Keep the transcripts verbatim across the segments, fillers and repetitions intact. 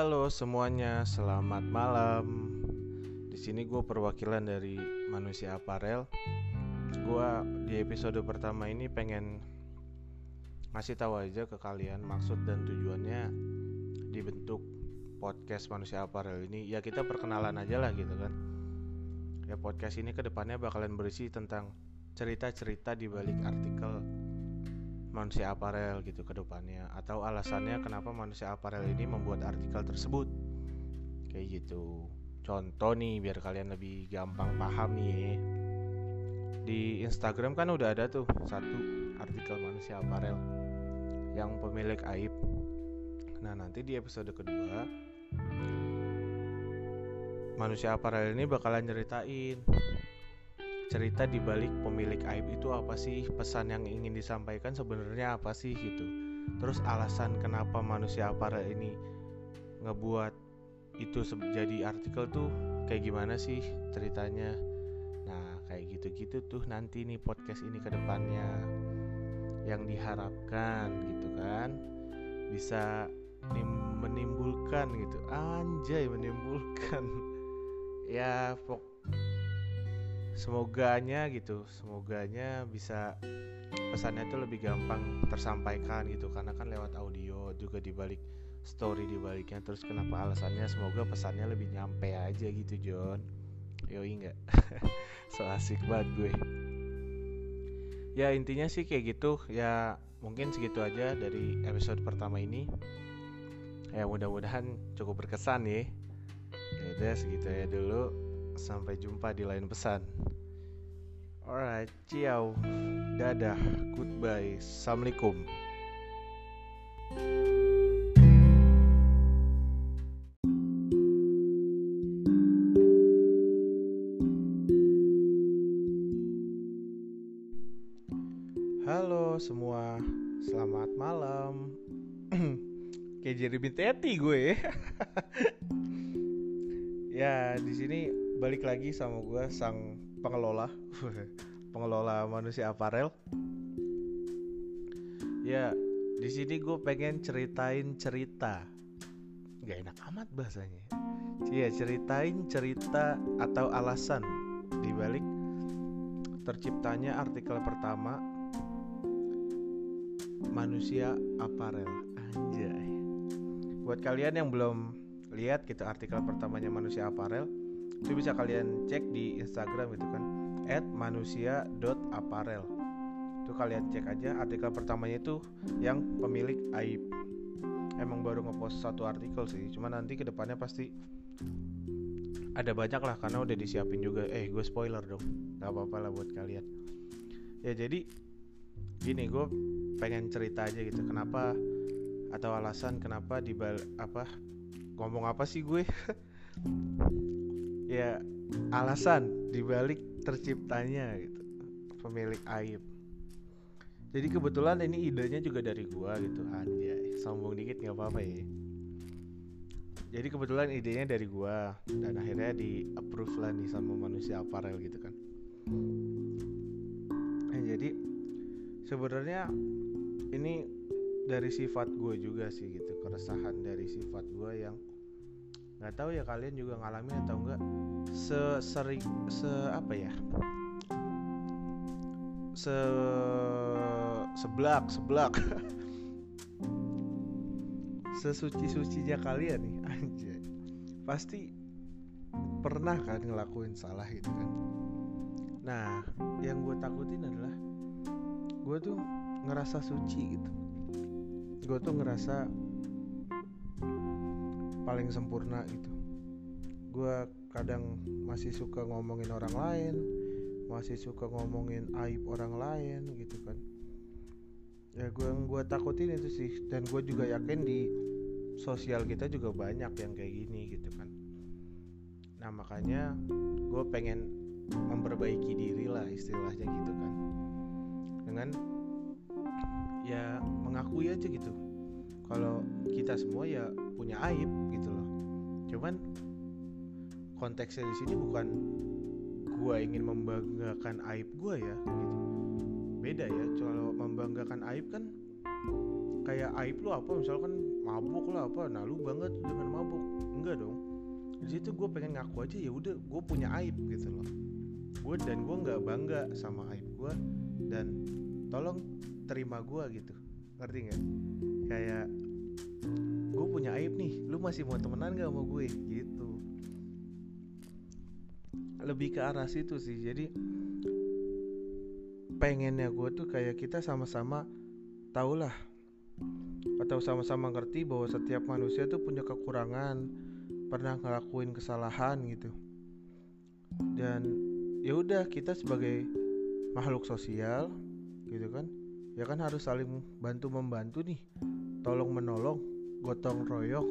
Halo semuanya, selamat malam. Di sini gue perwakilan dari Manusia Aparel. Gue di episode pertama ini pengen ngasih tahu aja ke kalian maksud dan tujuannya dibentuk podcast Manusia Aparel ini. Ya kita perkenalan aja lah gitu kan. Ya podcast ini kedepannya bakalan berisi tentang cerita-cerita di balik artikel Manusia Aparel gitu ke depannya, atau alasannya kenapa Manusia Aparel ini membuat artikel tersebut. Kayak gitu. Contoh nih biar kalian lebih gampang paham nih. Di Instagram kan udah ada tuh satu artikel Manusia Aparel yang pemilik aib. Nah, nanti di episode kedua Manusia Aparel ini bakalan nyeritain cerita di balik pemilik aib itu apa sih, pesan yang ingin disampaikan sebenarnya apa sih gitu. Terus alasan kenapa Manusia Aparel ini ngebuat itu jadi artikel tuh kayak gimana sih ceritanya. Nah kayak gitu-gitu tuh nanti nih podcast ini ke depannya, yang diharapkan gitu kan bisa menimbulkan gitu, anjay menimbulkan ya pok Semoganya gitu, semoganya bisa pesannya itu lebih gampang tersampaikan gitu, karena kan lewat audio juga dibalik story dibaliknya. Terus kenapa alasannya semoga pesannya lebih nyampe aja gitu John. Yoi nggak? So asik banget gue. Ya intinya sih kayak gitu. Ya mungkin segitu aja dari episode pertama ini. Ya mudah-mudahan cukup berkesan ya. Ya udah segitu ya dulu. Sampai jumpa di lain pesan. Alright, ciao, dadah, goodbye, assalamualaikum. Halo semua, selamat malam. Kayak Jeremy Teti gue. Ya di sini balik lagi sama gue sang pengelola pengelola Manusia Aparel. Ya di sini gue pengen ceritain cerita, nggak enak amat bahasanya. Iya ceritain cerita atau alasan dibalik terciptanya artikel pertama Manusia Aparel. Anjay. Buat kalian yang belum lihat gitu artikel pertamanya Manusia Aparel, itu bisa kalian cek di Instagram gitu kan, et manusia dot aparel. Itu kalian cek aja artikel pertamanya itu yang pemilik aib. Emang baru ngepost satu artikel sih, cuma nanti kedepannya pasti ada banyak lah karena udah disiapin juga. Eh gue spoiler dong, gak apa-apa lah buat kalian. Ya jadi gini, gue pengen cerita aja gitu kenapa, atau alasan kenapa di bal- apa ngomong apa sih gue. Ya alasan dibalik terciptanya gitu pemilik aib. Jadi kebetulan ini idenya juga dari gue gitu. Anjay, sombong dikit nggak apa-apa ya. Jadi kebetulan idenya dari gue dan akhirnya di approve lah nih sama Manusia Aparel gitu kan. Nah, jadi sebenarnya ini dari sifat gue juga sih gitu, keresahan dari sifat gue yang nggak tahu ya kalian juga ngalamin atau enggak, sesering se apa ya se seblak seblak sesuci-sucinya kalian nih anjay, pasti pernah kan ngelakuin salah gitu kan. Nah yang gue takutin adalah gue tuh ngerasa suci gitu, gue tuh ngerasa paling sempurna gitu. Gue kadang masih suka ngomongin orang lain, masih suka ngomongin aib orang lain gitu kan. Ya gue yang gue takutin itu sih, dan gue juga yakin di sosial kita juga banyak yang kayak gini gitu kan. Nah makanya gue pengen memperbaiki diri lah istilahnya gitu kan, dengan ya mengakui aja gitu kalau kita semua ya punya aib gitu loh. Cuman konteksnya di sini bukan gue ingin membanggakan aib gue ya gitu. Beda ya, kalau membanggakan aib kan kayak aib lu apa, misalkan mabuk lah apa, nah lu bangga tuh dengan mabuk. Enggak dong, di situ gue pengen ngaku aja ya udah gue punya aib gitu loh. Gue dan gue nggak bangga sama aib gue, dan tolong terima gue gitu, ngerti nggak? Kayak gue punya aib nih, lu masih mau temenan gak sama gue gitu. Lebih ke arah situ sih. Jadi pengennya gue tuh kayak kita sama-sama tahulah atau sama-sama ngerti bahwa setiap manusia tuh punya kekurangan, pernah ngelakuin kesalahan gitu. Dan ya udah, kita sebagai makhluk sosial gitu kan, ya kan harus saling bantu membantu nih, tolong menolong, gotong royong.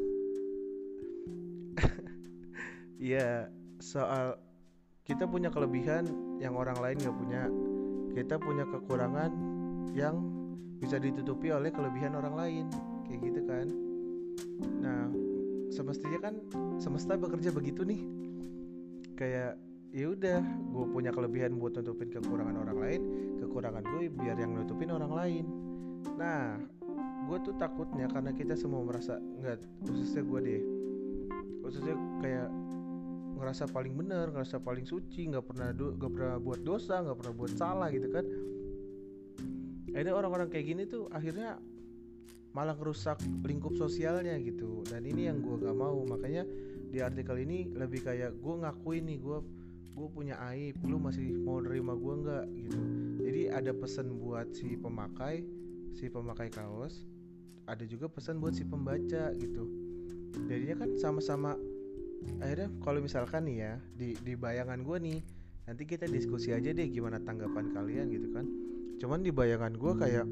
Ya soal kita punya kelebihan yang orang lain gak punya, kita punya kekurangan yang bisa ditutupi oleh kelebihan orang lain, kayak gitu kan. Nah semestinya kan semesta bekerja begitu nih, kayak ya udah, gue punya kelebihan buat nutupin kekurangan orang lain, kekurangan gue biar yang nutupin orang lain. Nah gue tuh takutnya karena kita semua merasa, nggak, khususnya gue deh, khususnya kayak ngerasa paling benar, ngerasa paling suci, nggak pernah do, nggak pernah buat dosa, nggak pernah buat salah gitu kan. Akhirnya orang-orang kayak gini tuh akhirnya malah ngerusak lingkup sosialnya gitu. Dan ini yang gue gak mau. Makanya di artikel ini lebih kayak gue ngakuin nih, gue gue punya aib, lu masih mau nerima gue nggak gitu. Jadi ada pesan buat si pemakai, si pemakai kaos, ada juga pesan buat si pembaca gitu. Jadinya kan sama-sama. Akhirnya kalau misalkan nih ya, di di bayangan gue nih, nanti kita diskusi aja deh gimana tanggapan kalian gitu kan. Cuman di bayangan gue kayak,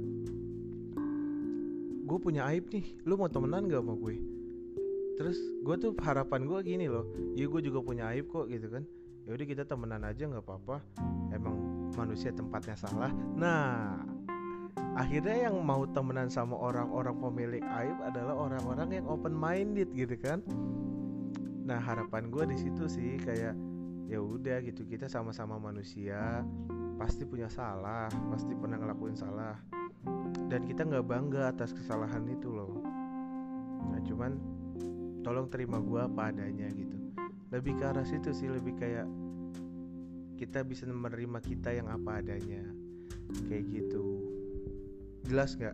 gue punya aib nih, lu mau temenan gak sama gue? Terus gue tuh harapan gue gini loh, ya gue juga punya aib kok gitu kan. Ya udah kita temenan aja, nggak apa-apa. Emang manusia tempatnya salah. Nah akhirnya yang mau temenan sama orang-orang pemilik aib adalah orang-orang yang open minded gitu kan. Nah harapan gue di situ sih, kayak ya udah gitu, kita sama-sama manusia, pasti punya salah, pasti pernah ngelakuin salah, dan kita nggak bangga atas kesalahan itu loh. Nah cuman tolong terima gue apa adanya gitu. Lebih ke arah situ sih, lebih kayak kita bisa menerima kita yang apa adanya, kayak gitu. Jelas nggak?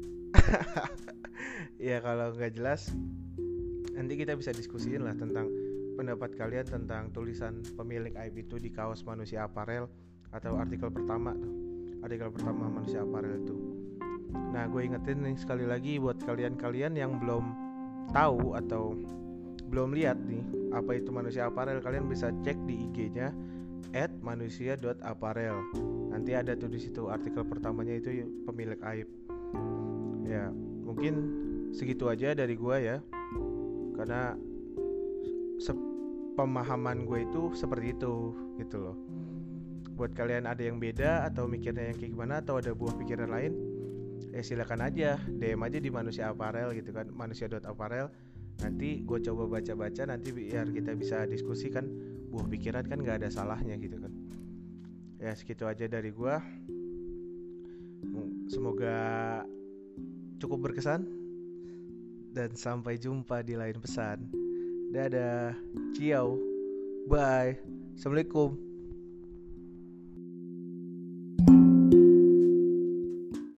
Ya kalau nggak jelas, nanti kita bisa diskusiin lah tentang pendapat kalian tentang tulisan pemilik aib itu di kaos Manusia Aparel atau artikel pertama tuh, artikel pertama Manusia Aparel itu. Nah gue ingetin nih sekali lagi buat kalian-kalian yang belum tahu atau belum lihat nih apa itu Manusia Aparel, kalian bisa cek di I G-nya et manusia dot aparel. Nanti ada tuh di situ artikel pertamanya itu pemilik aib. Ya mungkin segitu aja dari gue ya, karena se- pemahaman gue itu seperti itu gitu loh. Buat kalian ada yang beda atau mikirnya yang kayak gimana, atau ada buah pikiran lain, ya silakan aja D M aja di Manusia Aparel gitu kan, manusia dot aparel. Nanti gue coba baca-baca, nanti biar kita bisa diskusi kan, buah pikiran kan gak ada salahnya gitu kan. Ya segitu aja dari gue. Semoga cukup berkesan, dan sampai jumpa di lain pesan. Dadah, ciao, bye, assalamualaikum.